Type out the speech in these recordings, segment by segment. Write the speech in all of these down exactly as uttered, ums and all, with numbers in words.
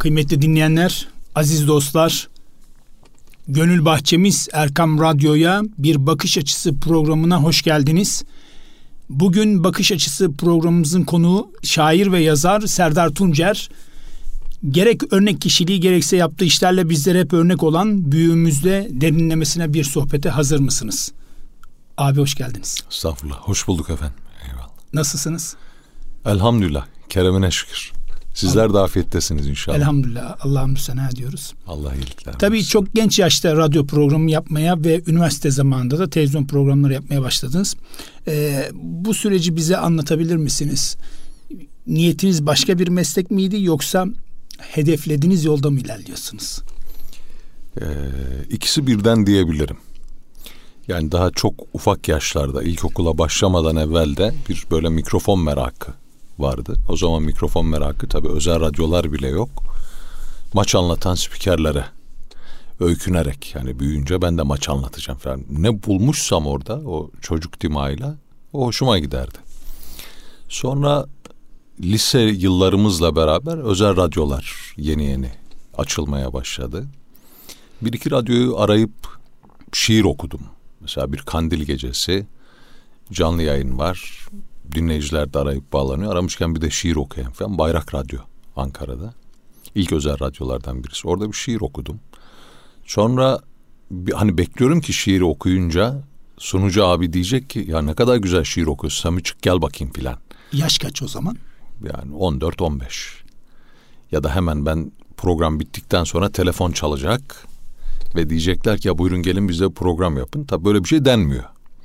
Kıymetli dinleyenler, aziz dostlar, Gönül Bahçemiz Erkam Radyo'ya bir bakış açısı programına hoş geldiniz. Bugün bakış açısı programımızın konuğu şair ve yazar Serdar Tuncer. Gerek örnek kişiliği gerekse yaptığı işlerle bizlere hep örnek olan büyüğümüzle derinlemesine bir sohbete hazır mısınız? Abi hoş geldiniz. Estağfurullah. Hoş bulduk efendim. Eyvallah. Nasılsınız? Elhamdülillah. Keremine şükür. Sizler de afiyettesiniz inşallah. Elhamdülillah. Allah'a müstena diyoruz. Allah iyilikler versin. Tabii çok genç yaşta radyo programı yapmaya ve üniversite zamanında da televizyon programları yapmaya başladınız. Ee, bu süreci bize anlatabilir misiniz? Niyetiniz başka bir meslek miydi yoksa hedeflediğiniz yolda mı ilerliyorsunuz? Ee, ikisi birden diyebilirim. Yani daha çok ufak yaşlarda, ilkokula başlamadan evvel de bir böyle mikrofon merakı vardı. O zaman mikrofon merakı, tabii özel radyolar bile yok. Maç anlatan spikerlere öykünerek, yani büyüyünce ben de maç anlatacağım falan. Ne bulmuşsam orada o çocuk dimağıyla o hoşuma giderdi. Sonra lise yıllarımızla beraber özel radyolar yeni yeni açılmaya başladı. Bir iki radyoyu arayıp şiir okudum. Mesela bir kandil gecesi canlı yayın var. Dinleyiciler de arayıp bağlanıyor. Aramışken bir de şiir okuyayım falan. Bayrak Radyo Ankara'da. İlk özel radyolardan birisi. Orada bir şiir okudum. Sonra hani bekliyorum ki şiiri okuyunca sunucu abi diyecek ki ya ne kadar güzel şiir okuyorsun, sen bir çık gel bakayım filan. Yaş kaç o zaman? Yani on dört on beş. Ya da hemen ben program bittikten sonra telefon çalacak ve diyecekler ki ya buyurun gelin bize program yapın. Tabii böyle bir şey denmiyor.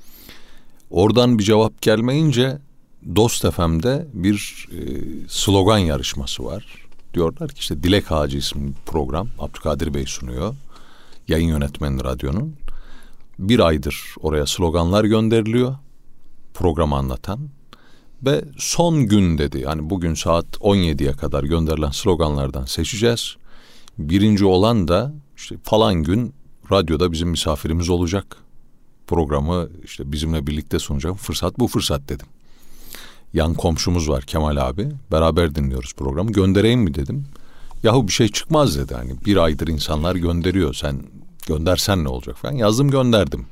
Oradan bir cevap gelmeyince Dost F M'de bir e, slogan yarışması var. Diyorlar ki işte Dilek Ağacı isimli program Abdülkadir Bey sunuyor. Yayın yönetmeni radyonun. Bir aydır oraya sloganlar gönderiliyor. Programı anlatan. Ve son gün dedi, yani bugün saat on yediye kadar gönderilen sloganlardan seçeceğiz. Birinci olan da işte falan gün radyoda bizim misafirimiz olacak. Programı işte bizimle birlikte sunacak. Fırsat bu fırsat dedim. Yan komşumuz var Kemal abi. Beraber dinliyoruz programı. Göndereyim mi dedim. Yahu bir şey çıkmaz dedi. Hani bir aydır insanlar gönderiyor. Sen göndersen ne olacak falan. Yazdım gönderdim.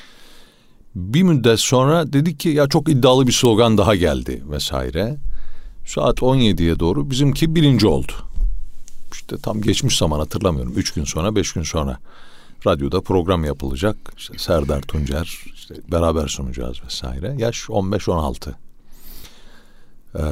Bir müddet sonra dedik ki ya çok iddialı bir slogan daha geldi vesaire. Saat on yediye doğru bizimki birinci oldu. İşte tam geçmiş zaman hatırlamıyorum. Üç gün sonra, beş gün sonra radyoda program yapılacak. İşte Serdar Tuncer, işte beraber sunacağız vesaire. Yaş on beş on altı. Ee,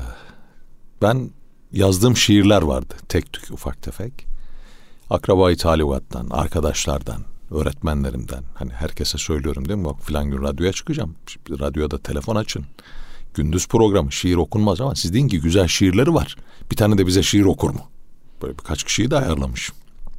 ben yazdığım şiirler vardı. Tek tük, ufak tefek. Akrabayı talukattan, arkadaşlardan, öğretmenlerimden. Hani herkese söylüyorum değil mi? Bak filan gün radyoya çıkacağım. Şimdi radyoda telefon açın. Gündüz programı, şiir okunmaz ama siz deyin ki güzel şiirleri var. Bir tane de bize şiir okur mu? Böyle birkaç kişiyi de ayarlamışım.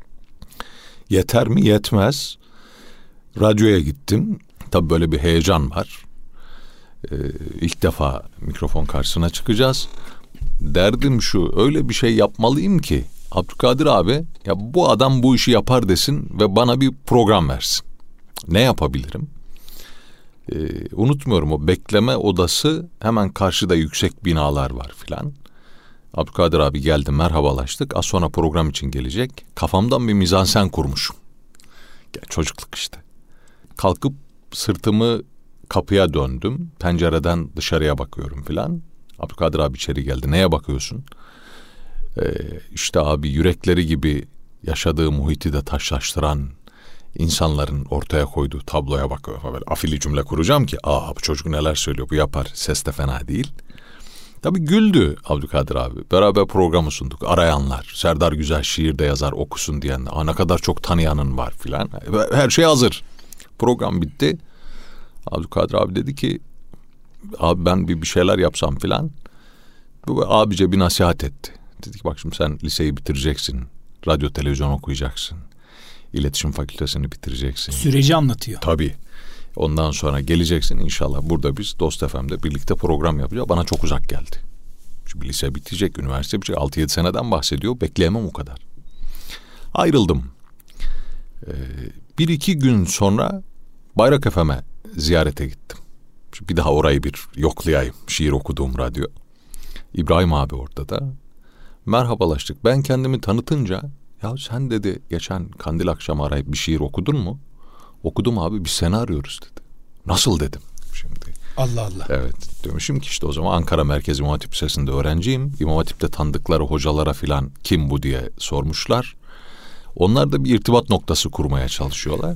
Yeter mi? Yetmez. Radyoya gittim. Tabii böyle bir heyecan var. Ee, ilk defa mikrofon karşısına çıkacağız. Derdim şu, öyle bir şey yapmalıyım ki Abdülkadir abi ya bu adam bu işi yapar desin ve bana bir program versin. Ne yapabilirim? Ee, unutmuyorum, o bekleme odası hemen karşıda yüksek binalar var filan. Abdülkadir abi geldi, merhabalaştık. Az sonra program için gelecek. Kafamdan bir mizansen kurmuşum. Ya, çocukluk işte. Kalkıp sırtımı kapıya döndüm. Pencereden dışarıya bakıyorum filan. Abdülkadir abi içeri geldi. Neye bakıyorsun? Ee, işte abi yürekleri gibi yaşadığı muhiti de taşlaştıran insanların ortaya koyduğu tabloya bakıyorum. Böyle afili cümle kuracağım ki aa bu çocuk neler söylüyor, bu yapar. Ses de fena değil. Tabii güldü Abdülkadir abi. Beraber programı sunduk. Arayanlar, Serdar güzel şiir de yazar okusun diyenler. Aa ne kadar çok tanıyanın var filan. Her şey hazır. Program bitti. Abdülkadir abi dedi ki abi ben bir, bir şeyler yapsam filan. Bu abice bir nasihat etti. Dedi ki bak şimdi sen liseyi bitireceksin. Radyo televizyon okuyacaksın. İletişim fakültesini bitireceksin. Süreci anlatıyor. Tabii. Ondan sonra geleceksin inşallah. Burada biz Dost F M'de birlikte program yapacağız. Bana çok uzak geldi. Çünkü lise bitecek, üniversite bitecek. altı yedi seneden bahsediyor. Bekleyemem o kadar. Ayrıldım. Ee, bir iki gün sonra Bayrak F M'e ziyarete gittim. Şimdi bir daha orayı bir yoklayayım. Şiir okuduğum radyo. İbrahim abi orada da. Merhabalaştık. Ben kendimi tanıtınca ya sen dedi geçen kandil akşamı arayıp bir şiir okudun mu? Okudum abi, biz seni arıyoruz dedi. Nasıl dedim şimdi. Allah Allah. Evet demişim ki işte o zaman Ankara Merkez İmam Hatip Lisesi'nde öğrenciyim. İmam Hatip'te tanıdıkları hocalara filan kim bu diye sormuşlar. Onlar da bir irtibat noktası kurmaya çalışıyorlar.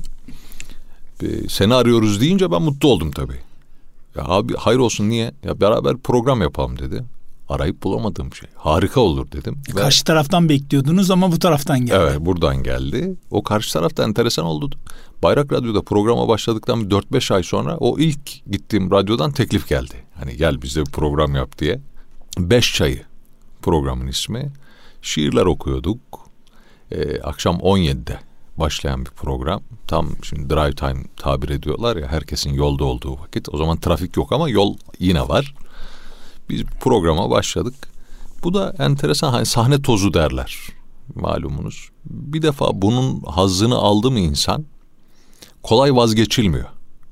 Seni arıyoruz deyince ben mutlu oldum tabii. Ya abi hayır olsun, niye? Ya beraber program yapalım dedi. Arayıp bulamadığım şey. Harika olur dedim. E, karşı Ve, taraftan bekliyordunuz ama bu taraftan geldi. Evet, buradan geldi. O karşı tarafta enteresan oldu. Bayrak Radyo'da programa başladıktan dört beş ay sonra o ilk gittiğim radyodan teklif geldi. Hani gel bize bir program yap diye. Beş Çayı programın ismi. Şiirler okuyorduk. Ee, akşam on yedide başlayan bir program. Tam şimdi drive time tabir ediyorlar ya, herkesin yolda olduğu vakit. O zaman trafik yok ama yol yine var. Biz programa başladık. Bu da enteresan, hani sahne tozu derler malumunuz. Bir defa bunun hazzını aldı mı insan kolay vazgeçilmiyor.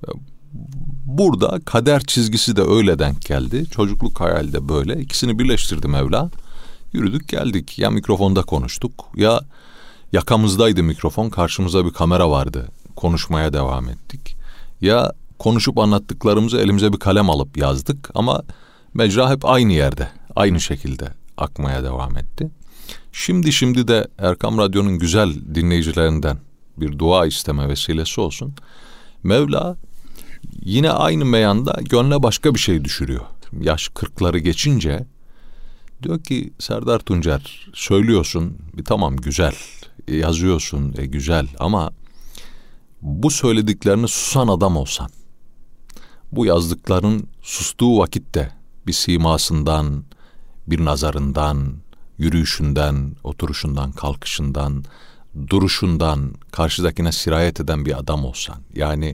Burada kader çizgisi de öyle denk geldi. Çocukluk hayali de böyle. İkisini birleştirdi Mevla. Yürüdük geldik. Ya mikrofonda konuştuk ya yakamızdaydı mikrofon, karşımıza bir kamera vardı. Konuşmaya devam ettik. Ya konuşup anlattıklarımızı elimize bir kalem alıp yazdık ama mecra hep aynı yerde, aynı şekilde akmaya devam etti. Şimdi şimdi de Erkam Radyo'nun güzel dinleyicilerinden bir dua isteme vesilesi olsun. Mevla yine aynı meyanda gönle başka bir şey düşürüyor. Yaş kırkları geçince diyor ki Serdar Tuncer, söylüyorsun, bir tamam güzel, yazıyorsun e, güzel ama bu söylediklerini susan adam olsan, bu yazdıkların sustuğu vakitte bir simasından, bir nazarından, yürüyüşünden, oturuşundan, kalkışından, duruşundan karşıdakine sirayet eden bir adam olsan, yani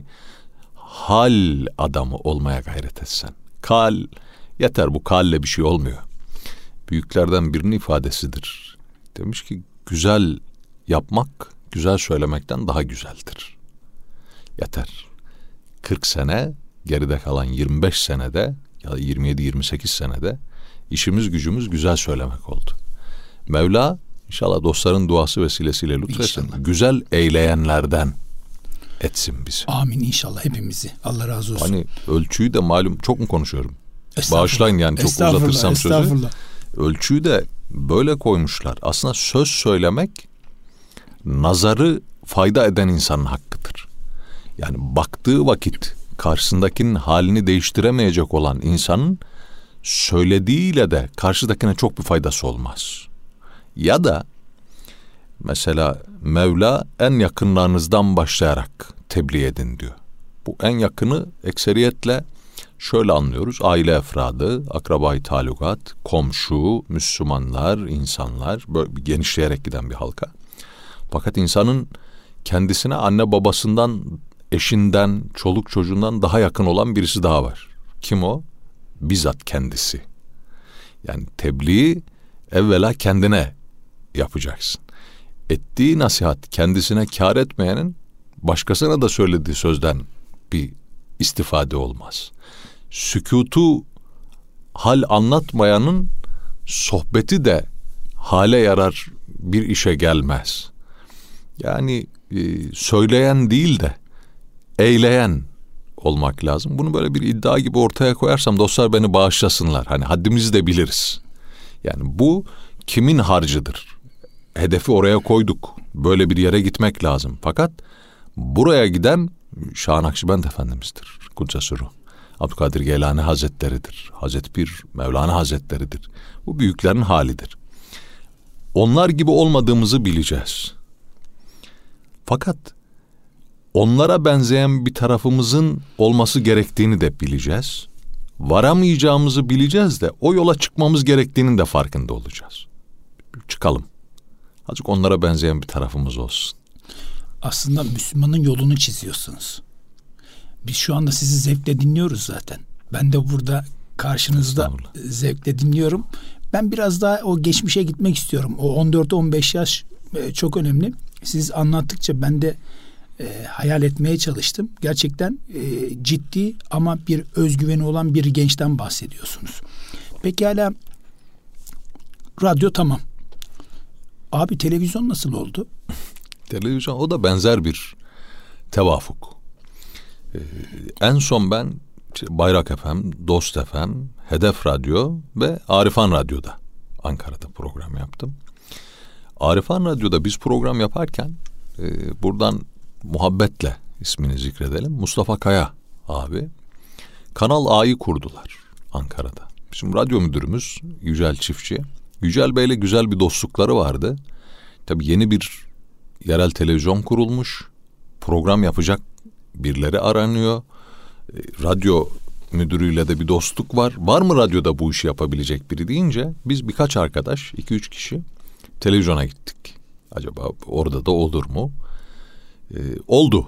hal adamı olmaya gayret etsen. Kal, yeter, bu kalle bir şey olmuyor. Büyüklerden birinin ifadesidir. Demiş ki güzel yapmak, güzel söylemekten daha güzeldir. Yeter. kırk sene, geride kalan yirmi beş senede ya da yirmi yedi yirmi sekiz senede işimiz gücümüz güzel söylemek oldu. Mevla inşallah dostların duası vesilesiyle lütfetsin. İnşallah. Güzel eyleyenlerden etsin bizi. Amin inşallah hepimizi. Allah razı olsun. Hani ölçüyü de malum çok mu konuşuyorum? Bağışlayın yani çok uzatırsam sözü. Ölçüyü de böyle koymuşlar. Aslında söz söylemek nazarı fayda eden insanın hakkıdır. Yani baktığı vakit karşısındakinin halini değiştiremeyecek olan insanın söylediğiyle de karşıdakine çok bir faydası olmaz. Ya da mesela Mevla en yakınlarınızdan başlayarak tebliğ edin diyor. Bu en yakını ekseriyetle şöyle anlıyoruz: aile efradı, akrabayı talukat, komşu, Müslümanlar, insanlar, böyle genişleyerek giden bir halka. Fakat insanın kendisine anne babasından, eşinden, çoluk çocuğundan daha yakın olan birisi daha var. Kim o? Bizzat kendisi. Yani tebliği evvela kendine yapacaksın. Ettiği nasihat kendisine kâr etmeyenin başkasına da söylediği sözden bir istifade olmaz. Sükutu hal anlatmayanın sohbeti de hale yarar bir işe gelmez. Yani e, söyleyen değil de eyleyen olmak lazım. Bunu böyle bir iddia gibi ortaya koyarsam dostlar beni bağışlasınlar. Hani haddimizi de biliriz. Yani bu kimin harcıdır? Hedefi oraya koyduk. Böyle bir yere gitmek lazım. Fakat buraya giden Şah Nakşibend Efendimiz'dir. Kuddesü'r Ruh. Abdülkadir Geylani Hazretleri'dir. Hazreti Pir Mevlana Hazretleri'dir. Bu büyüklerin halidir. Onlar gibi olmadığımızı bileceğiz. Fakat onlara benzeyen bir tarafımızın olması gerektiğini de bileceğiz. Varamayacağımızı bileceğiz de o yola çıkmamız gerektiğinin de farkında olacağız. Çıkalım. Azıcık onlara benzeyen bir tarafımız olsun. Aslında Müslümanın yolunu çiziyorsunuz. Biz şu anda sizi zevkle dinliyoruz zaten. Ben de burada karşınızda zevkle dinliyorum. Ben biraz daha o geçmişe gitmek istiyorum. O on dört on beş yaş çok önemli. Siz anlattıkça ben de e, hayal etmeye çalıştım. Gerçekten e, ciddi ama bir özgüveni olan bir gençten bahsediyorsunuz. Pekala, radyo tamam. Abi televizyon nasıl oldu? Televizyon o da benzer bir tevafuk. Ee, en son ben Bayrak F M, Dost F M, Hedef Radyo ve Arifan Radyo'da Ankara'da program yaptım. Arifan Radyo'da biz program yaparken e, buradan muhabbetle ismini zikredelim. Mustafa Kaya abi Kanal A'yı kurdular Ankara'da. Bizim radyo müdürümüz Yücel Çiftçi. Yücel Bey'le güzel bir dostlukları vardı. Tabii yeni bir yerel televizyon kurulmuş. Program yapacak birileri aranıyor. E, radyo müdürüyle de bir dostluk var. Var mı radyoda bu işi yapabilecek biri deyince biz birkaç arkadaş, iki üç kişi televizyona gittik. Acaba orada da olur mu? Ee, oldu.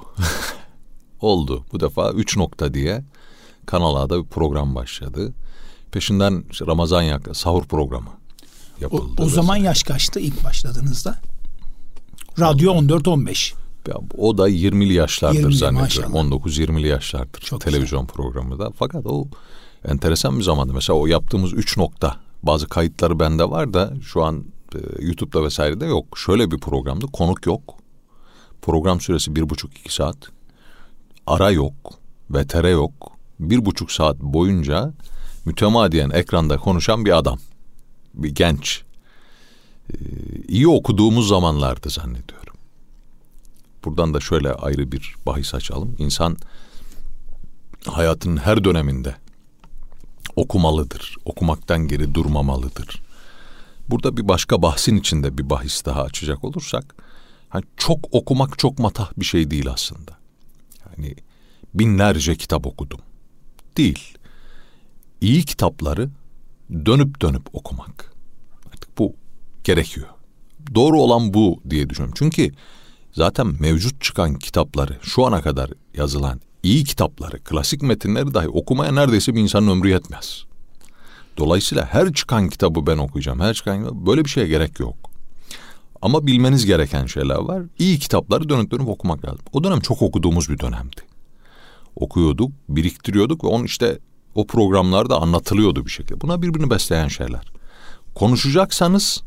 Oldu. Bu defa üç nokta diye Kanal A'da bir program başladı. Peşinden işte Ramazan yaklaşık sahur programı yapıldı. O, o zaman yaş kaçtı ilk başladığınızda? Radyo on dört on beş. Ya, o da yirmili yaşlardır yirmili, zannediyorum. maşallah. on dokuz yirmili yaşlardır Çok televizyon güzel. Programı da. Fakat o enteresan bir zamandı. Mesela o yaptığımız üç nokta bazı kayıtları bende var da şu an e, YouTube'da vesairede yok. Şöyle bir programdı. Konuk yok. Program süresi bir buçuk iki saat. Ara yok. V T R yok. Bir buçuk saat boyunca mütemadiyen ekranda konuşan bir adam. Bir genç. Ee, iyi okuduğumuz zamanlardı zannediyorum. Buradan da şöyle ayrı bir bahis açalım. İnsan hayatının her döneminde okumalıdır. Okumaktan geri durmamalıdır. Burada bir başka bahsin içinde bir bahis daha açacak olursak, hani çok okumak çok matah bir şey değil aslında. Yani binlerce kitap okudum. Değil. İyi kitapları dönüp dönüp okumak. Artık bu gerekiyor. Doğru olan bu diye düşünüyorum. Çünkü zaten mevcut çıkan kitapları, şu ana kadar yazılan iyi kitapları, klasik metinleri dahi okumaya neredeyse bir insanın ömrü yetmez. Dolayısıyla her çıkan kitabı ben okuyacağım. Her çıkan böyle bir şeye gerek yok. Ama bilmeniz gereken şeyler var. İyi kitapları dönüp dönüp okumak lazım. O dönem çok okuduğumuz bir dönemdi. Okuyorduk, biriktiriyorduk ve onun işte o programlarda anlatılıyordu bir şekilde. Buna birbirini besleyen şeyler. Konuşacaksanız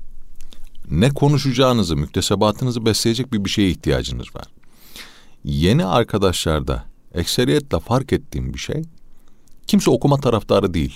ne konuşacağınızı, müktesebatınızı besleyecek bir bir şeye ihtiyacınız var. Yeni arkadaşlarda ekseriyetle fark ettiğim bir şey, kimse okuma taraftarı değil.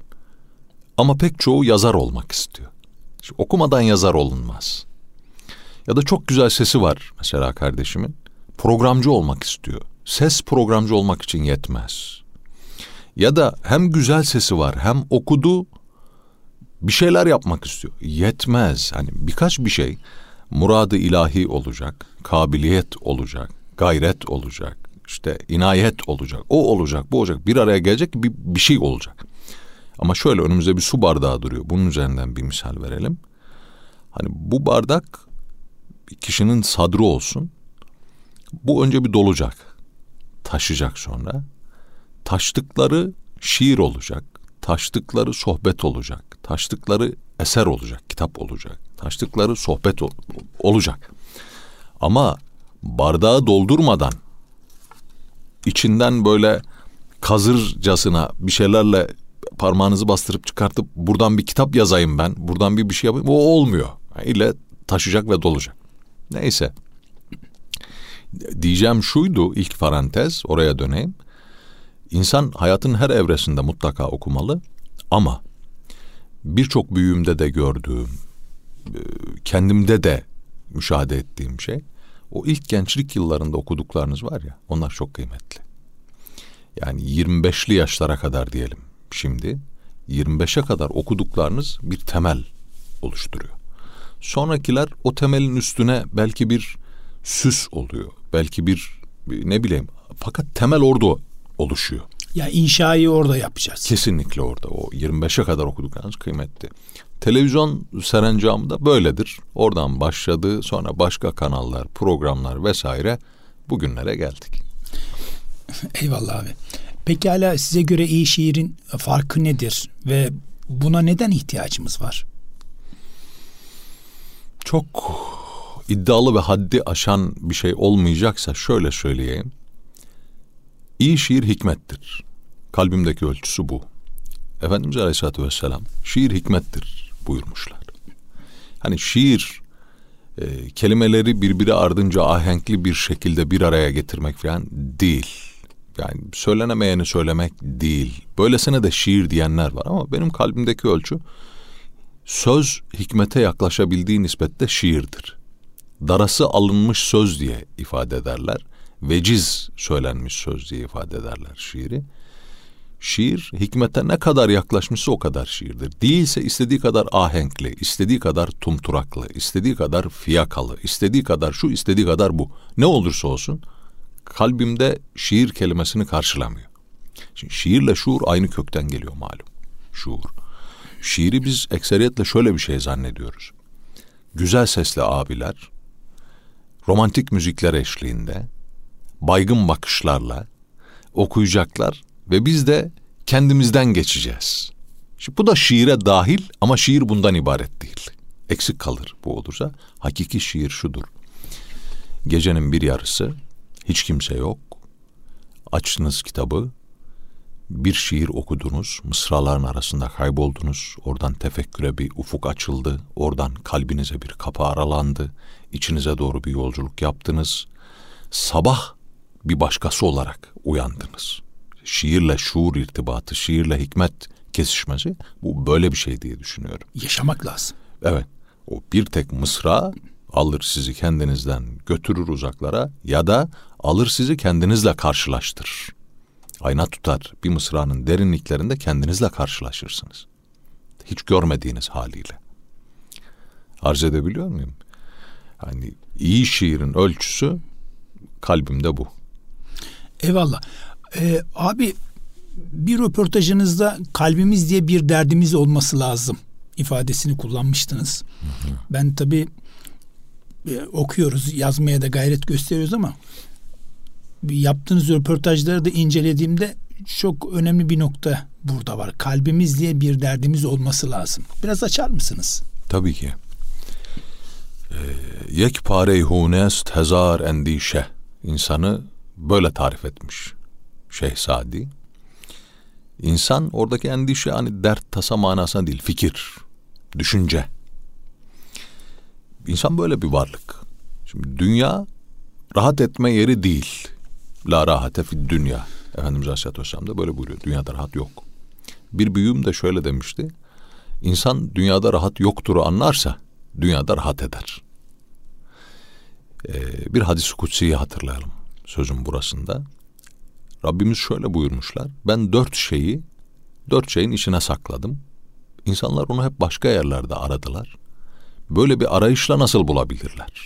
Ama pek çoğu yazar olmak istiyor. İşte okumadan yazar olunmaz. Ya da çok güzel sesi var mesela kardeşimin. Programcı olmak istiyor. Ses programcı olmak için yetmez. Ya da hem güzel sesi var hem okudu, bir şeyler yapmak istiyor. Yetmez. Hani birkaç bir şey, muradı ilahi olacak, kabiliyet olacak, gayret olacak, işte inayet olacak, o olacak, bu olacak, bir araya gelecek bir, bir şey olacak. Ama şöyle önümüzde bir su bardağı duruyor. Bunun üzerinden bir misal verelim. Hani bu bardak kişinin sadrı olsun. Bu önce bir dolacak. Taşacak sonra. Taştıkları şiir olacak. Taştıkları sohbet olacak. Taştıkları eser olacak, kitap olacak. Taştıkları sohbet ol- olacak. Ama bardağı doldurmadan içinden böyle kazırcasına bir şeylerle parmağınızı bastırıp çıkartıp buradan bir kitap yazayım ben, buradan bir bir şey yapayım, o olmuyor. Yani ille taşacak ve dolacak. Neyse. Diyeceğim şuydu, ilk parantez, oraya döneyim. İnsan hayatın her evresinde mutlaka okumalı ama birçok büyüğümde de gördüğüm, kendimde de müşahede ettiğim şey, o ilk gençlik yıllarında okuduklarınız var ya, onlar çok kıymetli. Yani yirmi beşli yaşlara kadar diyelim şimdi, yirmi beşe kadar okuduklarınız bir temel oluşturuyor. Sonrakiler o temelin üstüne belki bir süs oluyor, belki bir ne bileyim, fakat temel orada oluşuyor. Ya inşayı orada yapacağız. Kesinlikle orada. O yirmi beşe kadar okuduklarınız kıymetli. Televizyon serencamı da böyledir. Oradan başladı, sonra başka kanallar, programlar vesaire bugünlere geldik. Eyvallah abi. Pekala size göre iyi şiirin farkı nedir ve buna neden ihtiyacımız var? Çok iddialı ve haddi aşan bir şey olmayacaksa şöyle söyleyeyim. İyi şiir hikmettir. Kalbimdeki ölçüsü bu. Efendimiz Aleyhisselatü Vesselam şiir hikmettir buyurmuşlar. Hani şiir e, kelimeleri birbiri ardınca ahenkli bir şekilde bir araya getirmek falan değil. Yani söylenemeyeni söylemek değil. Böylesine de şiir diyenler var ama benim kalbimdeki ölçü söz hikmete yaklaşabildiği nispette şiirdir. Darası alınmış söz diye ifade ederler. Veciz söylenmiş söz diye ifade ederler şiiri. Şiir hikmete ne kadar yaklaşmışsa o kadar şiirdir. Değilse istediği kadar ahenkli, istediği kadar tumturaklı, istediği kadar fiyakalı, istediği kadar şu, istediği kadar bu. Ne olursa olsun kalbimde şiir kelimesini karşılamıyor. Şimdi şiirle şuur aynı kökten geliyor malum. Şuur. Şiiri biz ekseriyetle şöyle bir şey zannediyoruz. Güzel sesli abiler, romantik müzikler eşliğinde, baygın bakışlarla okuyacaklar ve biz de kendimizden geçeceğiz. Şimdi bu da şiire dahil ama şiir bundan ibaret değil. Eksik kalır bu olursa. Hakiki şiir şudur. Gecenin bir yarısı, hiç kimse yok. Açtınız kitabı, bir şiir okudunuz, mısraların arasında kayboldunuz. Oradan tefekküre bir ufuk açıldı. Oradan kalbinize bir kapı aralandı. İçinize doğru bir yolculuk yaptınız. Sabah bir başkası olarak uyandınız. Şiirle şuur irtibatı, şiirle hikmet kesişmesi, bu böyle bir şey diye düşünüyorum. Yaşamak lazım. Evet. O bir tek mısra alır sizi kendinizden götürür uzaklara ya da alır sizi kendinizle karşılaştırır. Ayna tutar, bir mısranın derinliklerinde kendinizle karşılaşırsınız. Hiç görmediğiniz haliyle. Arz edebiliyor muyum? Hani iyi şiirin ölçüsü kalbimde bu. Eyvallah. Ee, abi bir röportajınızda kalbimiz diye bir derdimiz olması lazım ifadesini kullanmıştınız. Hı hı. Ben tabii e, okuyoruz, yazmaya da gayret gösteriyoruz ama yaptığınız röportajları da incelediğimde çok önemli bir nokta burada var. Kalbimiz diye bir derdimiz olması lazım. Biraz açar mısınız? Tabii ki. Ee, Yekpare-i hunest hezar endişe. İnsanı böyle tarif etmiş Şeyh Sadi. İnsan oradaki endişe hani dert tasa manasına değil, fikir, düşünce. İnsan böyle bir varlık. Şimdi dünya rahat etme yeri değil. La rahate fid dünya. Efendimiz Aleyhisselatü Vesselam da böyle buyuruyor. Dünyada rahat yok. Bir büyüğüm de şöyle demişti. İnsan dünyada rahat yoktur anlarsa dünyada rahat eder. Ee, bir hadis-i kutsiyi hatırlayalım sözün burasında. Rabbimiz şöyle buyurmuşlar. Ben dört şeyi dört şeyin içine sakladım. İnsanlar onu hep başka yerlerde aradılar. Böyle bir arayışla nasıl bulabilirler?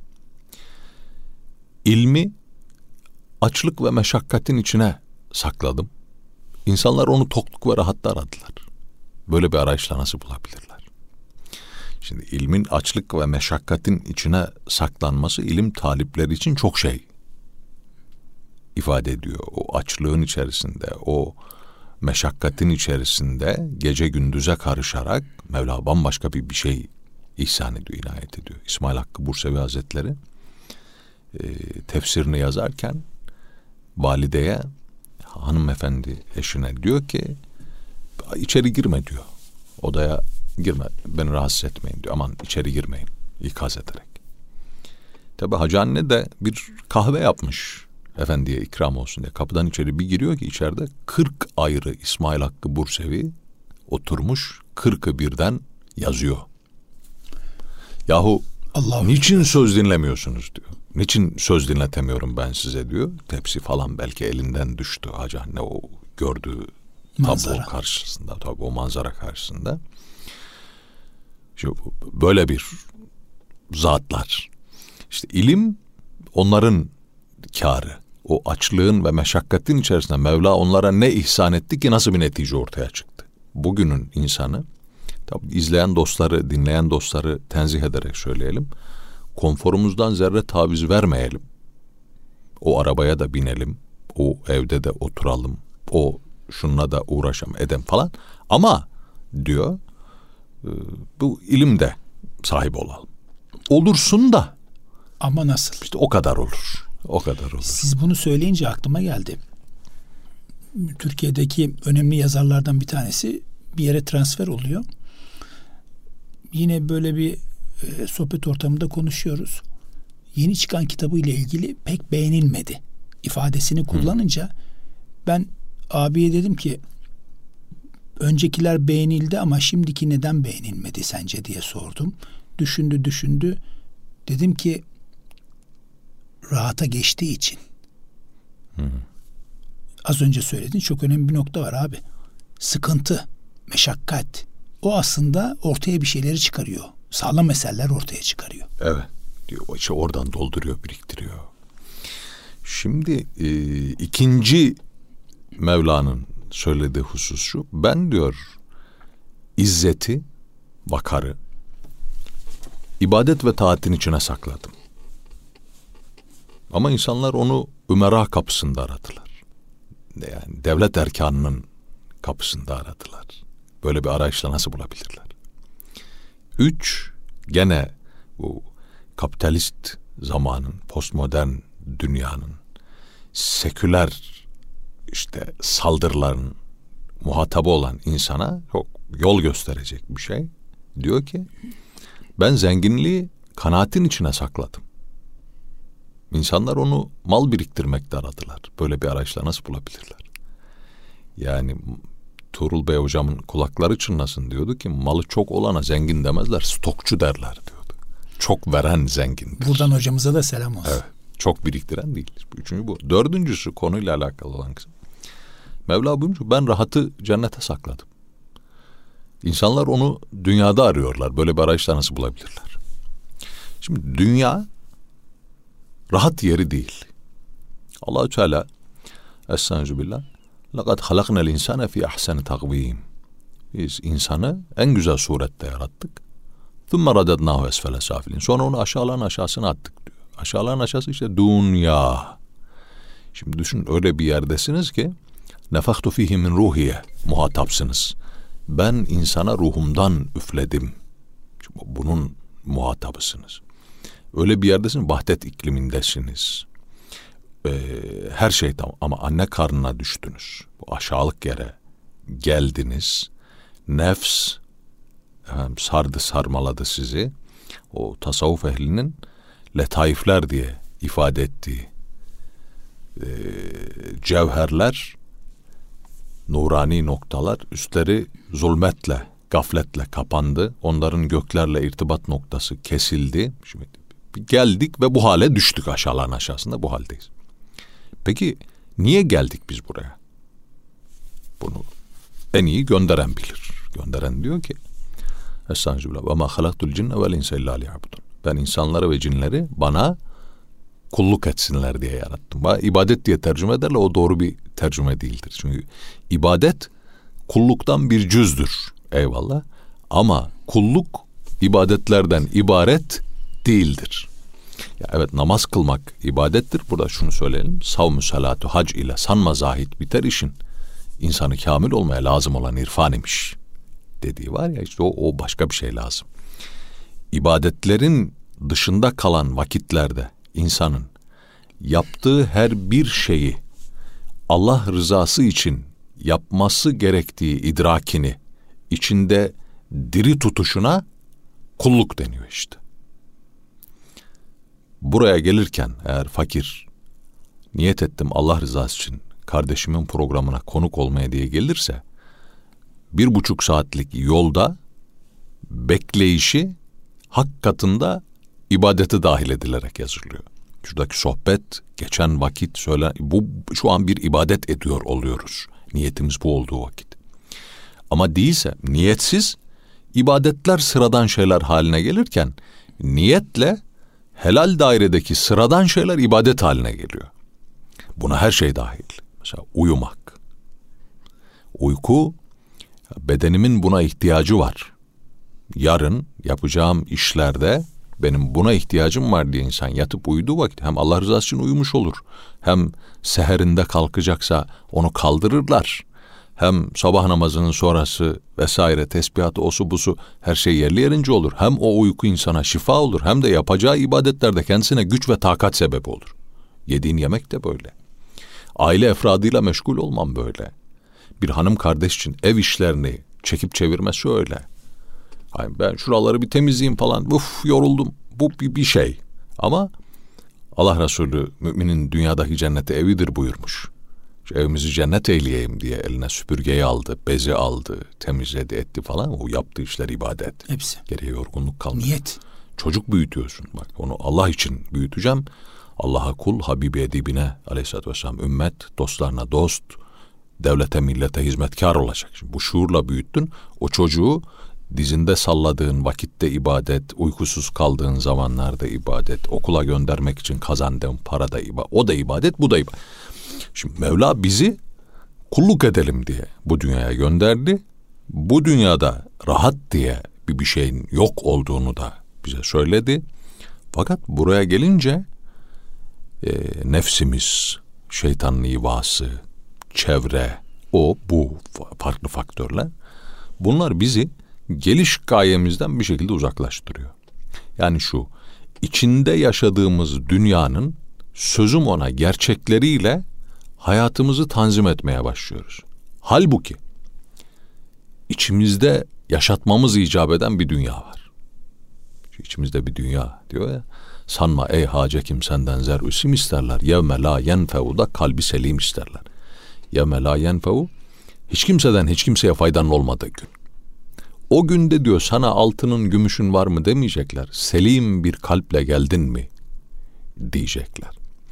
İlmi açlık ve meşakkatin içine sakladım. İnsanlar onu tokluk ve rahatta aradılar. Böyle bir arayışla nasıl bulabilirler? Şimdi ilmin açlık ve meşakkatin içine saklanması ilim talipleri için çok şey ifade ediyor. O açlığın içerisinde, o meşakkatin içerisinde gece gündüze karışarak Mevla bambaşka bir, bir şey ihsan ediyor, inayet ediyor. İsmail Hakkı Bursevi Hazretleri e, tefsirini yazarken valideye, hanımefendi eşine diyor ki içeri girme diyor. Odaya girme, beni rahatsız etmeyin diyor. Aman içeri girmeyin, ikaz ederek. Tabi Hacı anne de bir kahve yapmış. Efendiye ikram olsun diye. Kapıdan içeri bir giriyor ki içeride kırk ayrı İsmail Hakkı Bursevi oturmuş, kırkı birden yazıyor. Yahu Allah niçin Allah. Söz dinlemiyorsunuz diyor. Niçin söz dinletemiyorum ben size diyor. Tepsi falan belki elinden düştü Hacı anne o gördüğü manzara. Tablo karşısında, tabii o manzara karşısında. Şu, böyle bir zatlar. İşte ilim onların kârı. O açlığın ve meşakkatin içerisinde Mevla onlara ne ihsan etti ki nasıl bir netice ortaya çıktı. Bugünün insanı, tabii izleyen dostları, dinleyen dostları tenzih ederek söyleyelim. Konforumuzdan zerre taviz vermeyelim. O arabaya da binelim. O evde de oturalım. O şununla da uğraşalım edem falan. Ama diyor bu ilimde sahip olalım. Olursun da. Ama nasıl? İşte o kadar olur. O kadar olur. Siz bunu söyleyince aklıma geldi. Türkiye'deki önemli yazarlardan bir tanesi bir yere transfer oluyor. Yine böyle bir e, sohbet ortamında konuşuyoruz. Yeni çıkan kitabıyla ilgili pek beğenilmedi ifadesini kullanınca ben abiye dedim ki öncekiler beğenildi ama şimdiki neden beğenilmedi sence diye sordum. Düşündü düşündü. Dedim ki rahata geçtiği için. Hı. Az önce söyledin, çok önemli bir nokta var abi. Sıkıntı, meşakkat. O aslında ortaya bir şeyleri çıkarıyor. Sağlam eserler ortaya çıkarıyor. Evet. O işte oradan dolduruyor, biriktiriyor. Şimdi e, ikinci Mevla'nın söylediği husus şu. Ben diyor izzeti, vakarı ibadet ve taatin içine sakladım. Ama insanlar onu ümera kapısında aradılar. Yani devlet erkanının kapısında aradılar. Böyle bir arayışla nasıl bulabilirler? Üç, gene bu kapitalist zamanın, postmodern dünyanın, seküler işte saldırıların muhatabı olan insana çok yol gösterecek bir şey. Diyor ki ben zenginliği kanaatin içine sakladım. İnsanlar onu mal biriktirmekte aradılar. Böyle bir arayışla nasıl bulabilirler? Yani Tuğrul Bey hocamın kulakları çınlasın diyordu ki malı çok olana zengin demezler, stokçu derler diyordu. Çok veren zengindir. Buradan hocamıza da selam olsun. Evet, çok biriktiren değil. Üçüncü bu. Dördüncüsü konuyla alakalı olan kısım. Mevla buyurmuş ben rahatı cennete sakladım. İnsanlar onu dünyada arıyorlar. Böyle bir arayışla nasıl bulabilirler? Şimdi dünya rahat yeri değil. Allah-u Teala Estağfirullah لَقَدْ خَلَقْنَا الْاِنْسَانَ فِي اَحْسَنِ تَقْوِيمٍ Biz insanı en güzel surette yarattık. ثُمَّ رَدَدْنَاهُ اَسْفَلَ سَافِلِينَ Sonra onu aşağıların aşağısına attık diyor. Aşağıların aşağısı işte dünya. Şimdi düşün öyle bir yerdesiniz ki nefaktu fihi min ruhiye muhatapsınız. Ben insana ruhumdan üfledim. Bunun muhatabısınız. Öyle bir yerdesiniz, vahdet iklimindesiniz. Ee, her şey tamam ama anne karnına düştünüz. Bu aşağılık yere geldiniz. Nefs efendim, sardı sarmaladı sizi. O tasavvuf ehlinin letaifler diye ifade ettiği e, cevherler, nurani noktalar, üstleri zulmetle, gafletle kapandı. Onların göklerle irtibat noktası kesildi. Şimdi geldik ve bu hale düştük, aşağıların aşağısında bu haldeyiz. Peki niye geldik biz buraya? Bunu en iyi gönderen bilir. Gönderen diyor ki Estağfirullah ve ma halaktul cinne vel insa illa liya'budun. Ben insanları ve cinleri bana kulluk etsinler diye yarattım. İbadet diye tercüme ederler, o doğru bir tercüme değildir. Çünkü ibadet kulluktan bir cüzdür. Eyvallah. Ama kulluk ibadetlerden ibaret değildir. Ya evet, namaz kılmak ibadettir. Burada şunu söyleyelim. Savmü salatu hac ile sanma zahit biter işin. İnsanı kamil olmaya lazım olan irfan imiş dediği var ya, işte o, o başka bir şey lazım. İbadetlerin dışında kalan vakitlerde insanın yaptığı her bir şeyi Allah rızası için yapması gerektiği idrakini içinde diri tutuşuna kulluk deniyor işte. Buraya gelirken eğer fakir niyet ettim Allah rızası için kardeşimin programına konuk olmaya diye gelirse bir buçuk saatlik yolda bekleyişi hak katında ibadeti dahil edilerek yazılıyor. Şuradaki sohbet, geçen vakit söyle, bu şu an bir ibadet ediyor oluyoruz. Niyetimiz bu olduğu vakit. Ama değilse niyetsiz ibadetler sıradan şeyler haline gelirken niyetle helal dairedeki sıradan şeyler ibadet haline geliyor. Buna her şey dahil. Mesela uyumak. Uyku, bedenimin buna ihtiyacı var. Yarın yapacağım işlerde benim buna ihtiyacım var diye insan yatıp uyuduğu vakit hem Allah rızası için uyumuş olur, hem seherinde kalkacaksa onu kaldırırlar, hem sabah namazının sonrası vesaire tesbihatı osu busu her şey yerli yerince olur. Hem o uyku insana şifa olur, hem de yapacağı ibadetlerde kendisine güç ve takat sebebi olur. Yediğin yemek de böyle. Aile efradıyla meşgul olmam böyle. Bir hanım kardeş için ev işlerini çekip çevirmesi öyle. Yani ben şuraları bir temizleyeyim falan. Uf yoruldum. Bu bir, bir şey. Ama Allah Resulü müminin dünyadaki cenneti evidir buyurmuş. Şu evimizi cennet eyleyeyim diye eline süpürgeyi aldı, bezi aldı, temizledi, etti falan. O yaptığı işler ibadet. Hepsi. Geriye yorgunluk kalmıyor. Niyet. Çocuk büyütüyorsun. Bak onu Allah için büyüteceğim. Allah'a kul, Habibi edibine aleyhissalatü vesselam ümmet, dostlarına dost, devlete millete hizmetkar olacak. Şimdi bu şuurla büyüttün. O çocuğu dizinde salladığın vakitte ibadet, uykusuz kaldığın zamanlarda ibadet, okula göndermek için kazandığın para da ibadet. O da ibadet, bu da ibadet. Şimdi Mevla bizi kulluk edelim diye bu dünyaya gönderdi. Bu dünyada rahat diye bir, bir şeyin yok olduğunu da bize söyledi. Fakat buraya gelince e, nefsimiz, şeytanın ivası, çevre, o, bu farklı faktörler, bunlar bizi geliş gayemizden bir şekilde uzaklaştırıyor. Yani şu, içinde yaşadığımız dünyanın sözüm ona gerçekleriyle hayatımızı tanzim etmeye başlıyoruz. Halbuki içimizde yaşatmamız icap eden bir dünya var. Şu içimizde bir dünya diyor ya. Sanma ey hacekim senden zer üsim isterler. Yevme la yenfevu da kalbi selim isterler. Yevme la yenfevu, hiç kimseden hiç kimseye faydanın olmadığı gün. O günde diyor sana altının gümüşün var mı demeyecekler. Selim bir kalple geldin mi diyecekler.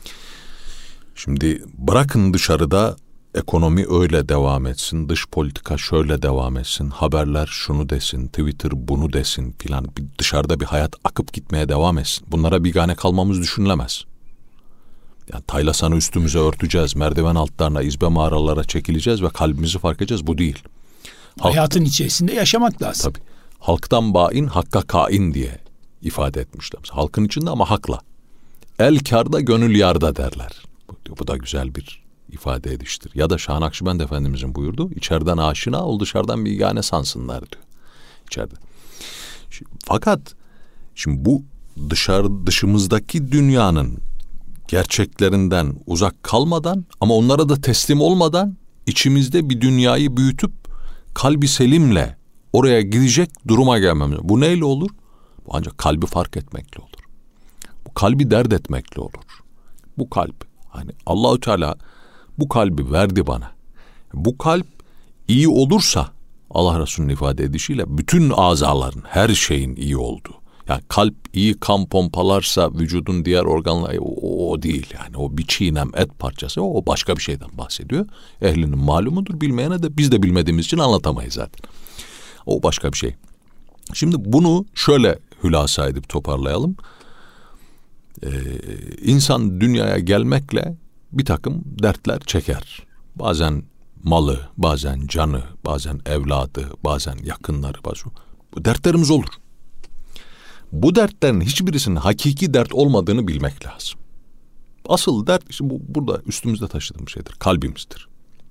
Şimdi bırakın dışarıda ekonomi öyle devam etsin, dış politika şöyle devam etsin, haberler şunu desin, Twitter bunu desin filan, dışarıda bir hayat akıp gitmeye devam etsin. Bunlara bigane kalmamız düşünülemez. Yani taylasanı üstümüze örteceğiz, merdiven altlarına, izbe mağaralara çekileceğiz ve kalbimizi fark edeceğiz. Bu değil. Halk, hayatın içerisinde yaşamak lazım. Tabii. Halktan bain, hakka kain diye ifade etmişler. Halkın içinde ama hakla. El kârda, gönül yarda derler. Bu, bu da güzel bir ifade ediştir. Ya da Şah Nakşibend Efendimizin buyurdu, içeriden aşina ol, dışarıdan bigane sansınlar diyor. İçeride. Şimdi, fakat şimdi bu dışarı dışımızdaki dünyanın gerçeklerinden uzak kalmadan ama onlara da teslim olmadan içimizde bir dünyayı büyütüp kalbi selimle oraya gidecek duruma gelmemiz. Bu neyle olur? Bu ancak kalbi fark etmekle olur. Bu kalbi dert etmekle olur. Bu kalp, hani Allahü Teala bu kalbi verdi bana. Bu kalp iyi olursa, Allah Resulü'nün ifade edişiyle bütün azaların, her şeyin iyi olduğu. Yani kalp iyi kan pompalarsa vücudun diğer organları o, o değil yani. O bir çiğnem et parçası, o başka bir şeyden bahsediyor. Ehlinin malumudur, bilmeyene de biz de bilmediğimiz için anlatamayız zaten. O başka bir şey. Şimdi bunu şöyle hülasa edip toparlayalım. Ee, insan dünyaya gelmekle bir takım dertler çeker. Bazen malı, bazen canı, bazen evladı, bazen yakınları, bazen bu dertlerimiz olur. Bu dertlerin hiçbirisinin hakiki dert olmadığını bilmek lazım. Asıl dert işte bu, burada üstümüzde taşıdığımız şeydir, kalbimizdir.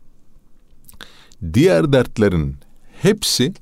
Diğer dertlerin hepsi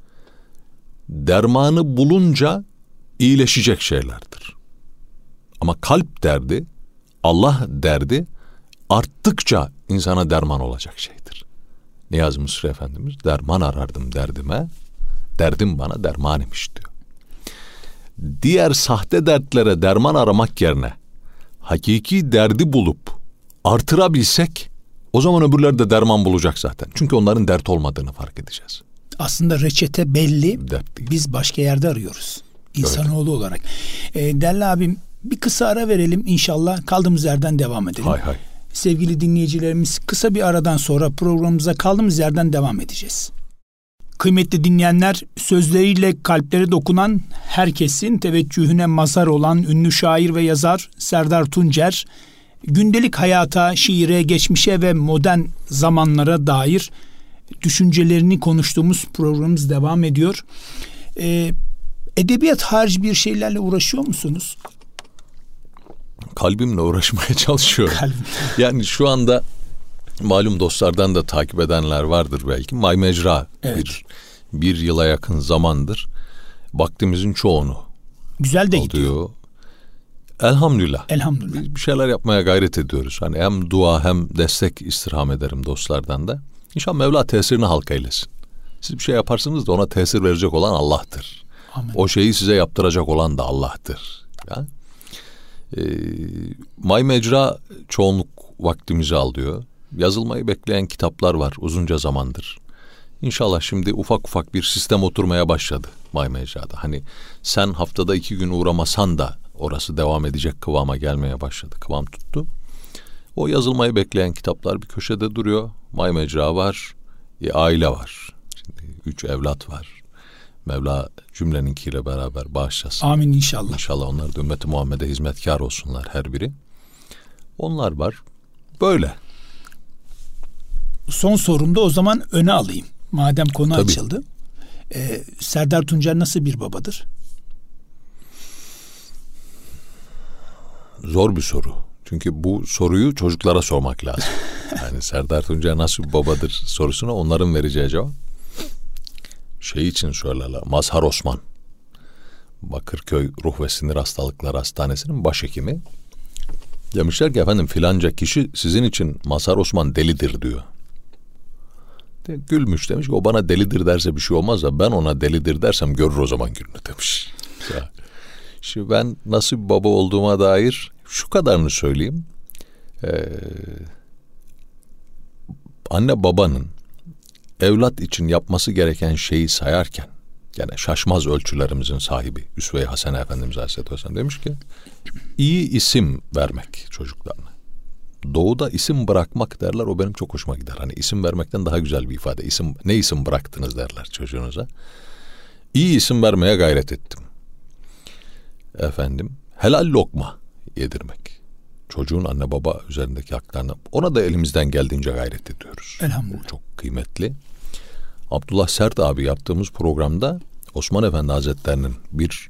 dermanı bulunca iyileşecek şeylerdir. Ama kalp derdi, Allah derdi arttıkça insana derman olacak şeydir. Niyazi Mısri Efendimiz, derman arardım derdime, derdim bana derman imiş diyor. Diğer sahte dertlere derman aramak yerine hakiki derdi bulup artırabilsek, o zaman öbürler de derman bulacak zaten. Çünkü onların dert olmadığını fark edeceğiz. Aslında reçete belli, biz başka yerde arıyoruz. İnsanoğlu evet. olarak. E, Değerli abim, bir kısa ara verelim inşallah, kaldığımız yerden devam edelim. Hay hay. Sevgili dinleyicilerimiz, kısa bir aradan sonra programımıza kaldığımız yerden devam edeceğiz. Kıymetli dinleyenler, sözleriyle kalplere dokunan, herkesin teveccühüne mazhar olan ünlü şair ve yazar Serdar Tuncer, gündelik hayata, şiire, geçmişe ve modern zamanlara dair düşüncelerini konuştuğumuz programımız devam ediyor. Ee, edebiyat harici bir şeylerle uğraşıyor musunuz? Kalbimle uğraşmaya çalışıyorum. Kalbim. Yani şu anda malum dostlardan da takip edenler vardır belki. May Mecra evet. bir, bir yıla yakın zamandır vaktimizin çoğunu güzel de gidiyor. Elhamdülillah. Elhamdülillah. Bir şeyler yapmaya gayret ediyoruz. Hani hem dua hem destek istirham ederim dostlardan da. İnşallah Mevla tesirini halk eylesin. Siz bir şey yaparsınız da ona tesir verecek olan Allah'tır. Amin. O şeyi size yaptıracak olan da Allah'tır. Ya. Ee, May Mecra çoğunluk vaktimizi alıyor. Yazılmayı bekleyen kitaplar var uzunca zamandır. İnşallah şimdi ufak ufak bir sistem oturmaya başladı May Mecra'da. Hani sen haftada iki gün uğramasan da orası devam edecek kıvama gelmeye başladı. Kıvam tuttu. O yazılmayı bekleyen kitaplar bir köşede duruyor. May Mecra var, e, aile var. Şimdi üç evlat var. Mevla cümleninkiyle beraber bağışlasın. Amin inşallah. İnşallah onlar da ümmeti Muhammed'e hizmetkar olsunlar her biri. Onlar var. Böyle. Son sorumda o zaman öne alayım. Madem konu Tabii. açıldı. Ee, Serdar Tuncer nasıl bir babadır? Zor bir soru. Çünkü bu soruyu çocuklara sormak lazım. Yani Serdar Tuncer nasıl bir babadır sorusuna onların vereceği cevap. Şey için söylerler. Mazhar Osman. Bakırköy Ruh ve Sinir Hastalıkları Hastanesi'nin başhekimi. Demişler ki efendim filanca kişi sizin için Mazhar Osman delidir diyor. De, gülmüş demiş ki o bana delidir derse bir şey olmaz da ben ona delidir dersem görür o zaman gününü demiş. Şimdi ben nasıl bir baba olduğuma dair şu kadarını söyleyeyim. Ee, anne babanın evlat için yapması gereken şeyi sayarken, yani şaşmaz ölçülerimizin sahibi Üsve-i Hasene Efendimiz Aleyhisselatü Vesselam demiş ki iyi isim vermek çocuklarına. Doğuda isim bırakmak derler, o benim çok hoşuma gider. Hani isim vermekten daha güzel bir ifade. İsim, ne isim bıraktınız derler çocuğunuza. İyi isim vermeye gayret ettim. Efendim helal lokma yedirmek. Çocuğun anne baba üzerindeki haklarını, ona da elimizden geldiğince gayret ediyoruz. Elhamdülillah. Bu çok kıymetli. Abdullah Sert abi yaptığımız programda Osman Efendi Hazretleri'nin bir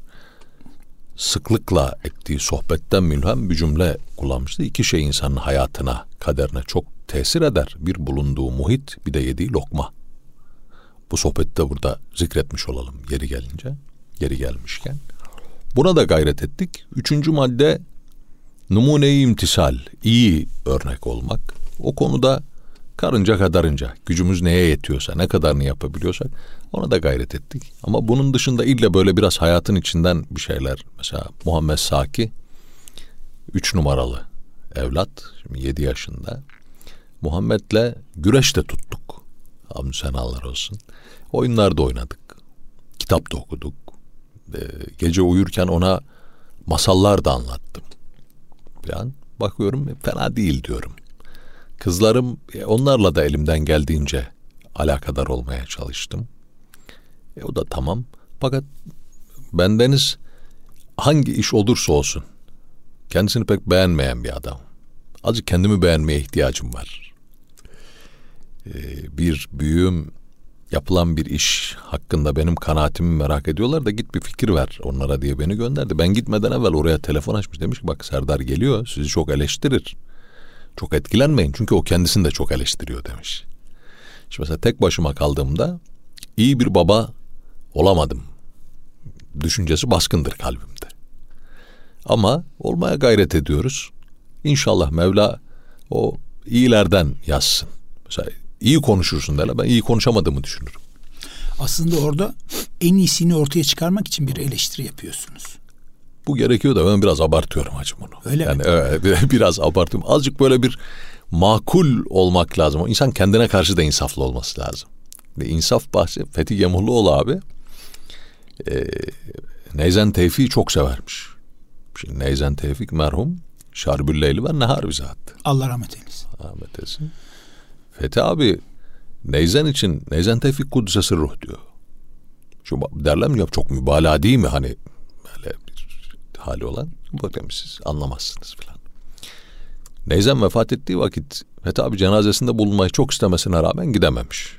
sıklıkla ettiği sohbetten mülhem bir cümle kullanmıştı. İki şey insanın hayatına, kaderine çok tesir eder. Bir bulunduğu muhit, bir de yediği lokma. Bu sohbette burada zikretmiş olalım yeri gelince, yeri gelmişken. Buna da gayret ettik. Üçüncü madde numune-i imtisal, iyi örnek olmak. O konuda karınca kadarınca, gücümüz neye yetiyorsa, ne kadarını yapabiliyorsak ona da gayret ettik. Ama bunun dışında ille böyle biraz hayatın içinden bir şeyler. Mesela Muhammed Saki, üç numaralı evlat, şimdi yedi yaşında. Muhammed'le güreş de tuttuk. Hamdü senalar olsun. Oyunlar da oynadık. Kitap da okuduk. Ee, gece uyurken ona masallar da anlattım. Yani bakıyorum fena değil diyorum. Kızlarım, onlarla da elimden geldiğince alakadar olmaya çalıştım. E, o da tamam. Fakat bendeniz hangi iş olursa olsun kendisini pek beğenmeyen bir adam. Azıcık kendimi beğenmeye ihtiyacım var. E, bir büyüğüm yapılan bir iş hakkında benim kanaatimi merak ediyorlar da git bir fikir ver onlara diye beni gönderdi. Ben gitmeden evvel oraya telefon açmış, demiş ki bak Serdar geliyor, sizi çok eleştirir. Çok etkilenmeyin çünkü o kendisini de çok eleştiriyor demiş. Şimdi mesela tek başıma kaldığımda iyi bir baba olamadım düşüncesi baskındır kalbimde. Ama olmaya gayret ediyoruz. İnşallah Mevla o iyilerden yazsın. Mesela iyi konuşursun derler, ben iyi konuşamadığımı düşünürüm. Aslında orada en iyisini ortaya çıkarmak için bir eleştiri yapıyorsunuz. Bu gerekiyor da ben biraz abartıyorum hacım bunu. Öyle yani mi? Evet, biraz abartıyorum. Azıcık böyle bir makul olmak lazım. İnsan kendine karşı da insaflı olması lazım. Ve insaf bahsi Fethi Yemurluoğlu abi e, Neyzen Tevfik'i çok severmiş. Şimdi Neyzen Tevfik merhum Şarbülleyli ve Nehar bize attı. Allah rahmet eylesin. Rahmet eylesin. Fethi abi Neyzen için Neyzen Tevfik Kudüs'e ruh diyor. Şu derler mi ya, çok mübalağa değil mi hani böyle bir hali olan? Bakın siz anlamazsınız filan. Neyzen vefat ettiği vakit Fethi abi cenazesinde bulunmayı çok istemesine rağmen gidememiş.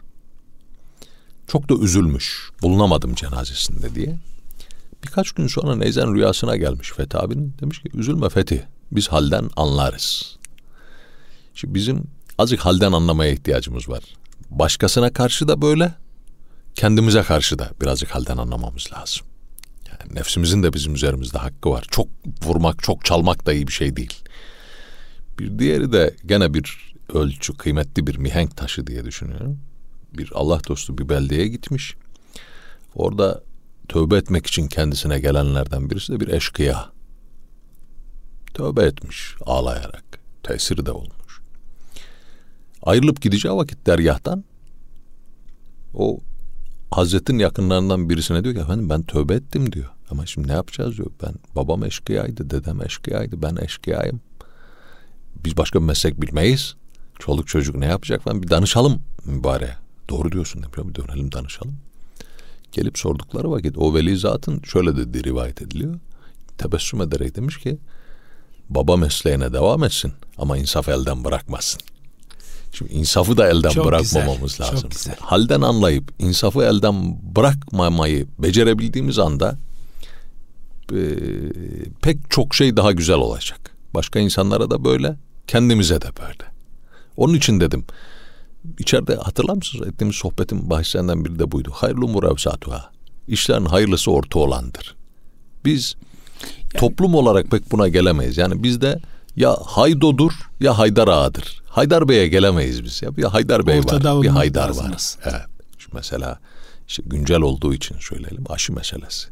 Çok da üzülmüş. Bulunamadım cenazesinde diye. Birkaç gün sonra Neyzen rüyasına gelmiş Fethi abinin. Demiş ki üzülme Fethi, biz halden anlarız. Şimdi bizim azıcık halden anlamaya ihtiyacımız var. Başkasına karşı da böyle, kendimize karşı da birazcık halden anlamamız lazım. Yani nefsimizin de bizim üzerimizde hakkı var. Çok vurmak, çok çalmak da iyi bir şey değil. Bir diğeri de gene bir ölçü, kıymetli bir mihenk taşı diye düşünüyorum. bir Allah dostu bir beldeye gitmiş. Orada tövbe etmek için kendisine gelenlerden birisi de bir eşkıya. Tövbe etmiş ağlayarak. Tesiri de olmuş. Ayrılıp gideceği vakit dergâhtan o Hazretin yakınlarından birisine diyor ki efendim ben tövbe ettim diyor. Ama şimdi ne yapacağız diyor. Ben babam eşkıyaydı, dedem eşkıyaydı, ben eşkıyayım. Biz başka bir meslek bilmeyiz. Çoluk çocuk ne yapacak falan, bir danışalım mübareğe. Doğru diyorsun demiş, bir dönelim danışalım. Gelip sordukları vakit o veli zatın şöyle dediği rivayet ediliyor. Tebessüm ederek demiş ki baba mesleğine devam etsin ama insaf elden bırakmasın. Şimdi insafı da elden çok bırakmamamız güzel, lazım. Halden anlayıp insafı elden bırakmamayı becerebildiğimiz anda e, pek çok şey daha güzel olacak. Başka insanlara da böyle, kendimize de böyle. Onun için dedim, içeride hatırlar mısınız? Ettiğimiz sohbetin bahislerinden biri de buydu. Hayırlı umur evsatuha. İşlerin hayırlısı orta olandır. Biz yani, toplum olarak pek buna gelemeyiz. Yani bizde ya Haydo'dur ya Haydar Ağa'dır. Haydar Bey'e gelemeyiz biz. Ya bir Haydar Bey ortada var, bir Haydar var. Evet. Şu mesela işte güncel olduğu için söyleyelim, aşı meselesi.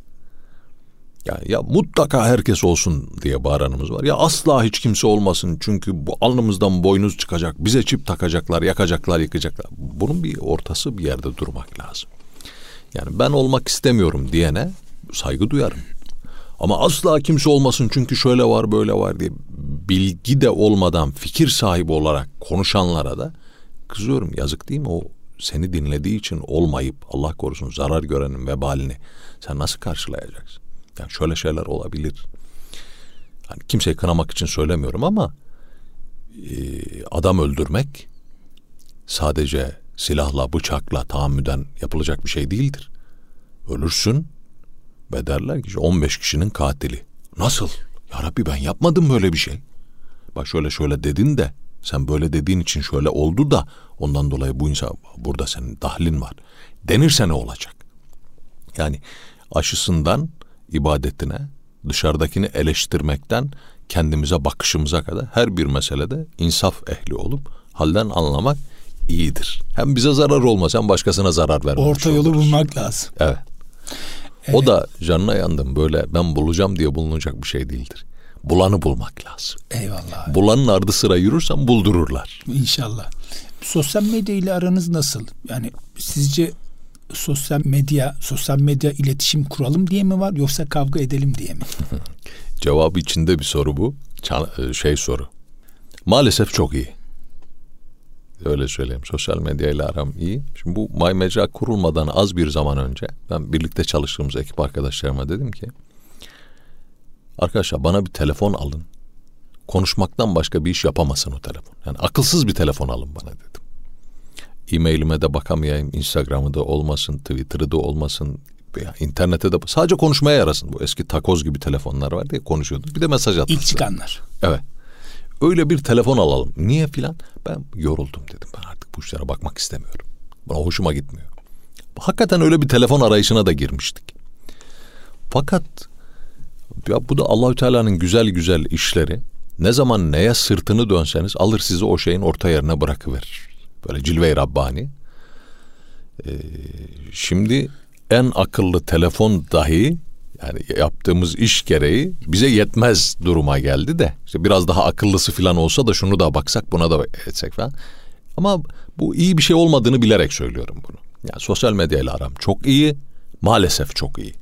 Yani ya mutlaka herkes olsun diye bağıranımız var. Ya asla hiç kimse olmasın çünkü bu alnımızdan boynuz çıkacak. Bize çip takacaklar, yakacaklar, yıkacaklar. Bunun bir ortası bir yerde durmak lazım. Yani ben olmak istemiyorum diyene saygı duyarım. Ama asla kimse olmasın çünkü şöyle var böyle var diye bilgi de olmadan fikir sahibi olarak konuşanlara da kızıyorum. Yazık değil mi? O seni dinlediği için olmayıp Allah korusun zarar görenin vebalini sen nasıl karşılayacaksın? Yani şöyle şeyler olabilir. Hani kimseyi kınamak için söylemiyorum ama e, adam öldürmek sadece silahla, bıçakla tahammüden yapılacak bir şey değildir. Ölürsün ve derler ki on beş kişinin katili. Nasıl? Ya Rabbi ben yapmadım böyle bir şey. Bak şöyle şöyle dedin de sen böyle dediğin için şöyle oldu da ondan dolayı bu insan burada senin dahlin var. Denirse ne olacak? Yani aşısından ibadetine, dışarıdakini eleştirmekten kendimize bakışımıza kadar her bir meselede insaf ehli olup halden anlamak iyidir. Hem bize zarar olmaz hem başkasına zarar vermemiş orta yolu oluruz. Bulmak lazım. Evet. evet. O da canına yandım böyle ben bulacağım diye bulunacak bir şey değildir. Bulanı bulmak lazım. Eyvallah. Bulanın ardı sıra yürürsen buldururlar. İnşallah. Sosyal medya ile aranız nasıl? Yani sizce sosyal medya, sosyal medya iletişim kuralım diye mi var yoksa kavga edelim diye mi? Cevabı içinde bir soru bu. Şey soru. Maalesef çok iyi. Öyle söyleyeyim. Sosyal medya ile aram iyi. Şimdi bu MyMecra kurulmadan az bir zaman önce ben birlikte çalıştığımız ekip arkadaşlarıma dedim ki arkadaşlar bana bir telefon alın. Konuşmaktan başka bir iş yapamasın o telefon. Yani akılsız bir telefon alın bana dedim. E-mailime de bakamayayım, Instagram'ı da olmasın, Twitter'ı da olmasın, internete de sadece konuşmaya yarasın. Bu eski takoz gibi telefonlar var diye konuşuyorduk. Bir de mesaj atmışlar. İlk çıkanlar. Evet. Öyle bir telefon alalım. Niye filan? Ben yoruldum dedim. Ben artık bu işlere bakmak istemiyorum. Bana hoşuma gitmiyor. Hakikaten öyle bir telefon arayışına da girmiştik. Fakat ya bu da Allahü Teala'nın güzel güzel işleri. Ne zaman neye sırtını dönseniz alır sizi o şeyin orta yerine bırakıverir. Böyle cilve-i Rabbani. Ee, şimdi en akıllı telefon dahi yani yaptığımız iş gereği bize yetmez duruma geldi de işte biraz daha akıllısı falan olsa da şunu da baksak buna da etsek falan. Ama bu iyi bir şey olmadığını bilerek söylüyorum bunu. Yani sosyal medyayla aram çok iyi. Maalesef çok iyi.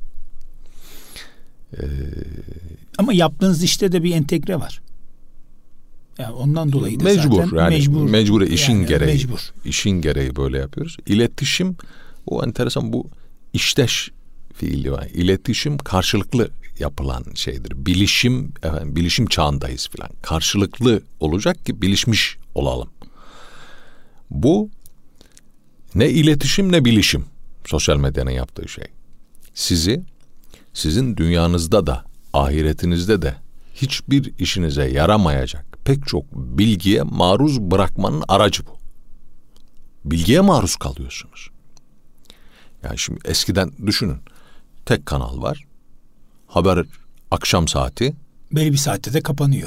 Ee, Ama yaptığınız işte de bir entegre var. Yani ondan dolayı da mecbur, zaten yani mecbur. Mecbur işin yani gereği. Mecbur. İşin gereği böyle yapıyoruz. İletişim o enteresan bu işteş fiili var. İletişim karşılıklı yapılan şeydir. Bilişim efendim bilişim çağındayız filan. Karşılıklı olacak ki bilişmiş olalım. Bu ne iletişim ne bilişim. Sosyal medyanın yaptığı şey. Sizi sizin dünyanızda da ahiretinizde de hiçbir işinize yaramayacak pek çok bilgiye maruz bırakmanın aracı bu. Bilgiye maruz kalıyorsunuz. Yani şimdi eskiden düşünün. Tek kanal var. Haber akşam saati. Belli bir saatte de kapanıyor.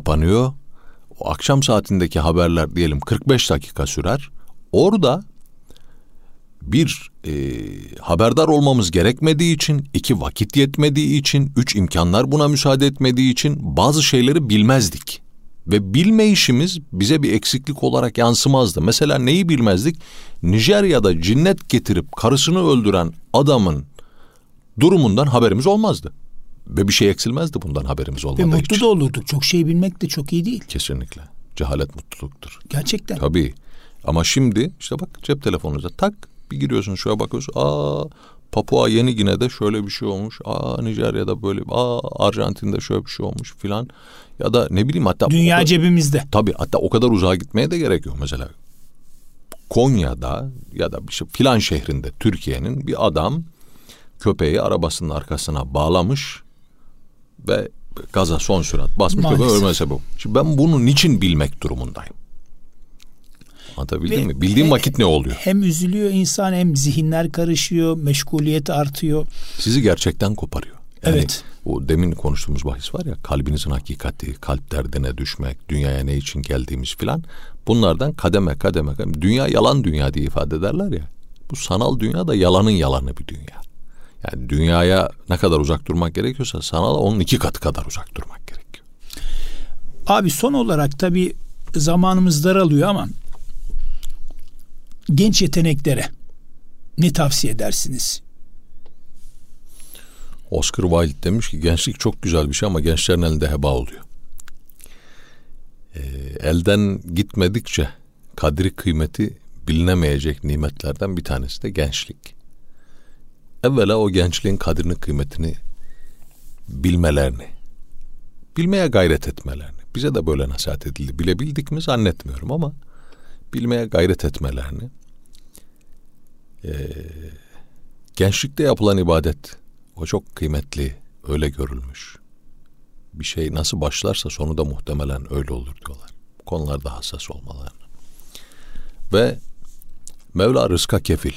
Kapanıyor. O akşam saatindeki haberler diyelim kırk beş dakika sürer. Orada bir e, haberdar olmamız gerekmediği için, iki vakit yetmediği için, üç imkanlar buna müsaade etmediği için bazı şeyleri bilmezdik. Ve bilmeyişimiz bize bir eksiklik olarak yansımazdı. Mesela neyi bilmezdik? Nijerya'da cinnet getirip karısını öldüren adamın durumundan haberimiz olmazdı. Ve bir şey eksilmezdi bundan haberimiz olmadığı için. Ve mutlu için. da olurduk. Çok şey bilmek de çok iyi değil. Kesinlikle. Cehalet mutluluktur. Gerçekten. Tabii. Ama şimdi işte bak cep telefonunuza tak bir giriyorsun şuraya bakıyorsun. Aa Papua Yeni Gine'de şöyle bir şey olmuş. Aa Nijerya'da böyle. Aa Arjantin'de şöyle bir şey olmuş filan. Ya da ne bileyim hatta. Dünya kadar, cebimizde. Tabii hatta o kadar uzağa gitmeye de gerek yok. Mesela Konya'da ya da bir şey filan şehrinde Türkiye'nin bir adam köpeği arabasının arkasına bağlamış ve gaza son sürat basmış ve ölme sebebi. Şimdi ben bunu niçin bilmek durumundayım? Anlatabildim mi? Bildiğim he, vakit ne oluyor? Hem üzülüyor insan hem zihinler karışıyor, meşguliyet artıyor. Sizi gerçekten koparıyor. Yani evet. O demin konuştuğumuz bahis var ya, kalbinizin hakikati, kalp derdine düşmek, dünyaya ne için geldiğimiz filan. Bunlardan kademe kademe kademe. Dünya yalan dünya diye ifade ederler ya. Bu sanal dünya da yalanın yalanı bir dünya. Yani dünyaya ne kadar uzak durmak gerekiyorsa sanala onun iki katı kadar uzak durmak gerekiyor. Abi son olarak tabii zamanımız daralıyor ama genç yeteneklere ne tavsiye edersiniz? Oscar Wilde demiş ki gençlik çok güzel bir şey ama gençlerin elinde heba oluyor. E, elden gitmedikçe kadri kıymeti bilinemeyecek nimetlerden bir tanesi de gençlik. Evvela o gençliğin kadrini kıymetini bilmelerini, bilmeye gayret etmelerini. Bize de böyle nasihat edildi. Bilebildik mi zannetmiyorum ama bilmeye gayret etmelerini. E, gençlikte yapılan ibadet o çok kıymetli, öyle görülmüş. Bir şey nasıl başlarsa sonu da muhtemelen öyle olur diyorlar. Bu konularda hassas olmalarını. Ve Mevla rızka kefil.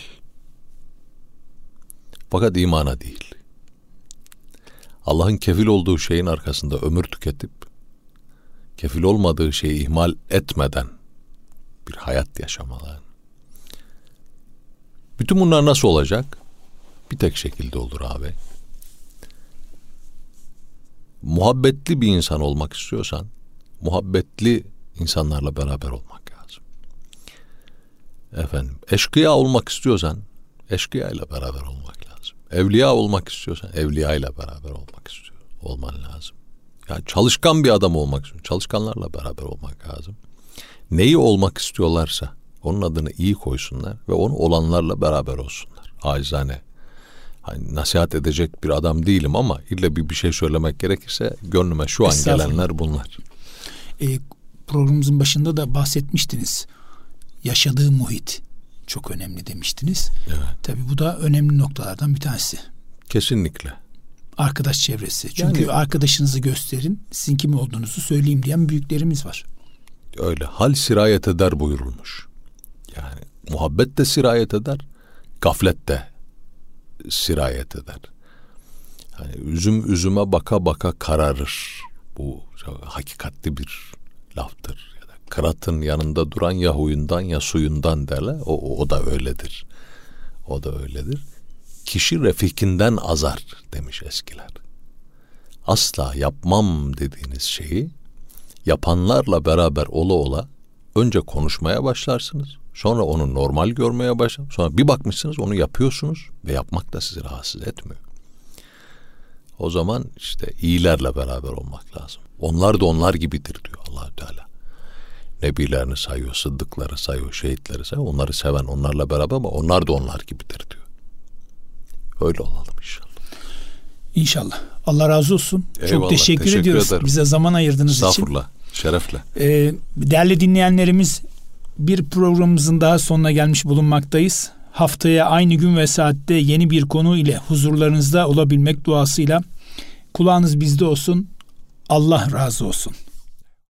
Fakat imana değil. Allah'ın kefil olduğu şeyin arkasında ömür tüketip, kefil olmadığı şeyi ihmal etmeden bir hayat yaşamalarını. Bütün bunlar nasıl olacak? Bir tek şekilde olur abi. Muhabbetli bir insan olmak istiyorsan, muhabbetli insanlarla beraber olmak lazım. Efendim, eşkıya olmak istiyorsan, eşkıya ile beraber olmak lazım. Evliya olmak istiyorsan, evliya ile beraber olmak istiyor, olman lazım. Yani çalışkan bir adam olmak istiyorsan, çalışkanlarla beraber olmak lazım. Neyi olmak istiyorlarsa, onun adını iyi koysunlar ve onu olanlarla beraber olsunlar. Acizane. Hani nasihat edecek bir adam değilim ama illa bir bir şey söylemek gerekirse gönlüme şu an gelenler bunlar. E, programımızın başında da bahsetmiştiniz. Yaşadığı muhit çok önemli demiştiniz. Evet. Tabii bu da önemli noktalardan bir tanesi. Kesinlikle. Arkadaş çevresi. Çünkü yani, arkadaşınızı gösterin, sizin kim olduğunuzu söyleyeyim diyen büyüklerimiz var. Öyle. Hal sirayet eder buyurulmuş. Yani muhabbet de sirayet eder, gaflet de sirayet eder. Hani üzüm üzüme baka baka kararır. Bu hakikatli bir laftır. Ya da kıratın yanında duran ya huyundan ya suyundan derler. O, o, o da öyledir. O da öyledir. Kişi refikinden azar demiş eskiler. Asla yapmam dediğiniz şeyi yapanlarla beraber ola ola önce konuşmaya başlarsınız. Sonra onu normal görmeye başlarsınız. Sonra bir bakmışsınız onu yapıyorsunuz ve yapmak da sizi rahatsız etmiyor. O zaman işte iyilerle beraber olmak lazım. Onlar da onlar gibidir diyor Allah-u Teala. Nebilerini sayıyor, sıddıkları sayıyor, şehitleri sayıyor. Onları seven onlarla beraber ama onlar da onlar gibidir diyor. Öyle olalım inşallah. İnşallah. Allah razı olsun. Eyvallah, çok teşekkür, teşekkür ediyoruz. Ederim. Bize zaman ayırdığınız için. Estağfurullah. Şerefle. Ee, değerli dinleyenlerimiz, bir programımızın daha sonuna gelmiş bulunmaktayız. Haftaya aynı gün ve saatte yeni bir konu ile huzurlarınızda olabilmek duasıyla kulağınız bizde olsun. Allah razı olsun.